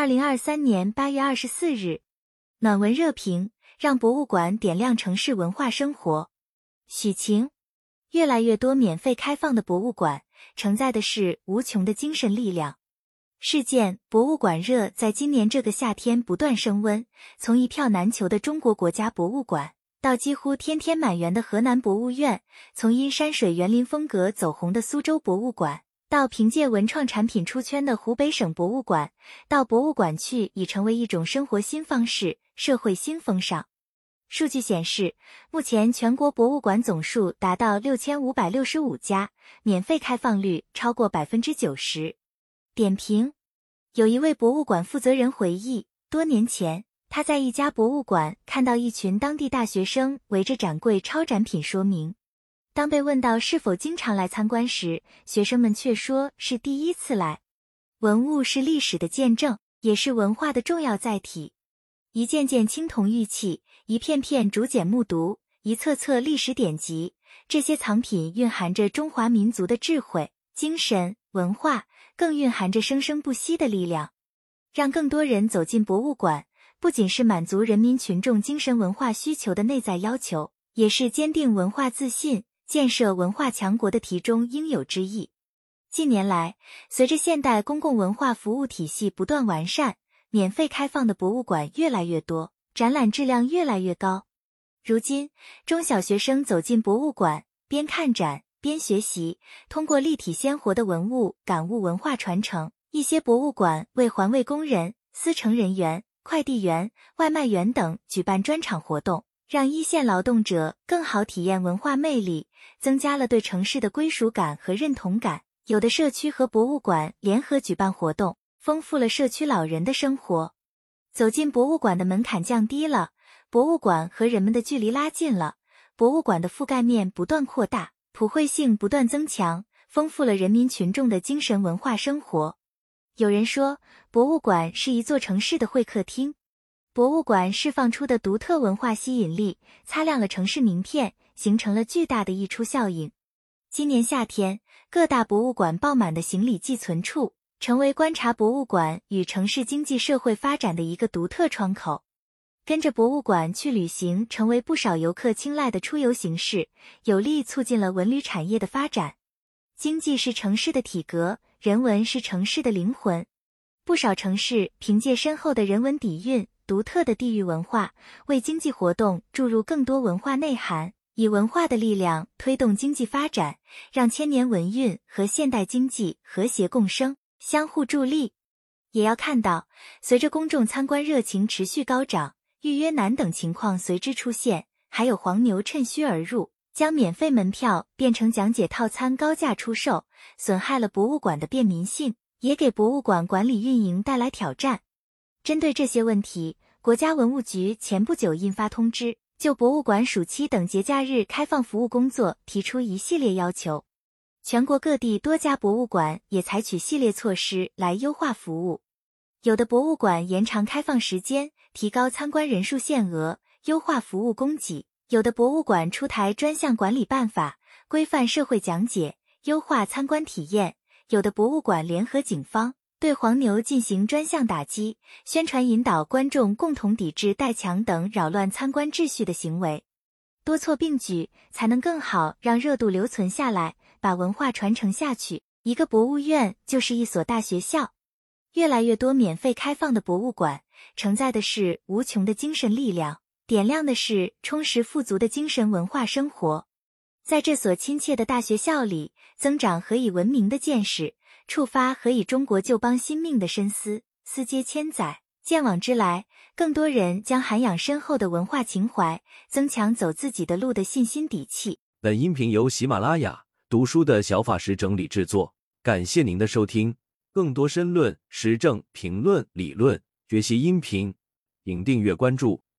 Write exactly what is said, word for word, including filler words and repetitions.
二零二三年八月二十四日，暖文热评：让博物馆点亮城市文化生活。许晴，越来越多免费开放的博物馆，承载的是无穷的精神力量。事件博物馆热在今年这个夏天不断升温，从一票难求的中国国家博物馆，到几乎天天满员的河南博物院，从因山水园林风格走红的苏州博物馆，到凭借文创产品出圈的湖北省博物馆，到博物馆去已成为一种生活新方式、社会新风尚。数据显示，目前全国博物馆总数达到六千五百六十五家，免费开放率超过 百分之九十。点评：有一位博物馆负责人回忆，多年前，他在一家博物馆看到一群当地大学生围着展柜抄展品说明。当被问到是否经常来参观时，学生们却说是第一次来。文物是历史的见证，也是文化的重要载体。一件件青铜玉器，一片片竹简木牍，一册册历史典籍，这些藏品蕴含着中华民族的智慧、精神、文化，更蕴含着生生不息的力量。让更多人走进博物馆，不仅是满足人民群众精神文化需求的内在要求，也是坚定文化自信、建设文化强国的题中应有之义。近年来，随着现代公共文化服务体系不断完善，免费开放的博物馆越来越多，展览质量越来越高。如今，中小学生走进博物馆，边看展边学习，通过立体鲜活的文物感悟文化传承。一些博物馆为环卫工人、司乘人员、快递员、外卖员等举办专场活动，让一线劳动者更好体验文化魅力，增加了对城市的归属感和认同感。有的社区和博物馆联合举办活动，丰富了社区老人的生活。走进博物馆的门槛降低了，博物馆和人们的距离拉近了，博物馆的覆盖面不断扩大，普惠性不断增强，丰富了人民群众的精神文化生活。有人说，博物馆是一座城市的会客厅。博物馆释放出的独特文化吸引力，擦亮了城市名片，形成了巨大的溢出效应。今年夏天，各大博物馆爆满的行李寄存处，成为观察博物馆与城市经济社会发展的一个独特窗口。跟着博物馆去旅行，成为不少游客青睐的出游形式，有力促进了文旅产业的发展。经济是城市的体格，人文是城市的灵魂。不少城市凭借深厚的人文底蕴、独特的地域文化，为经济活动注入更多文化内涵，以文化的力量推动经济发展，让千年文运和现代经济和谐共生，相互助力。也要看到，随着公众参观热情持续高涨，预约难等情况随之出现，还有黄牛趁虚而入，将免费门票变成讲解套餐高价出售，损害了博物馆的便民性，也给博物馆管理运营带来挑战。针对这些问题，国家文物局前不久印发通知，就博物馆暑期等节假日开放服务工作提出一系列要求。全国各地多家博物馆也采取系列措施来优化服务。有的博物馆延长开放时间，提高参观人数限额，优化服务供给；有的博物馆出台专项管理办法，规范社会讲解，优化参观体验；有的博物馆联合警方，对黄牛进行专项打击，宣传引导观众共同抵制带墙等扰乱参观秩序的行为。多措并举，才能更好让热度留存下来，把文化传承下去。一个博物院就是一所大学校。越来越多免费开放的博物馆，承载的是无穷的精神力量，点亮的是充实富足的精神文化生活。在这所亲切的大学校里，增长何以文明的见识，触发何以中国旧邦新命的深思，思接千载，见往之来，更多人将涵养深厚的文化情怀，增强走自己的路的信心底气。 本音频由喜马拉雅读书的小法师整理制作，感谢您的收听。更多深论、时政、评论、理论、学习音频，请订阅关注。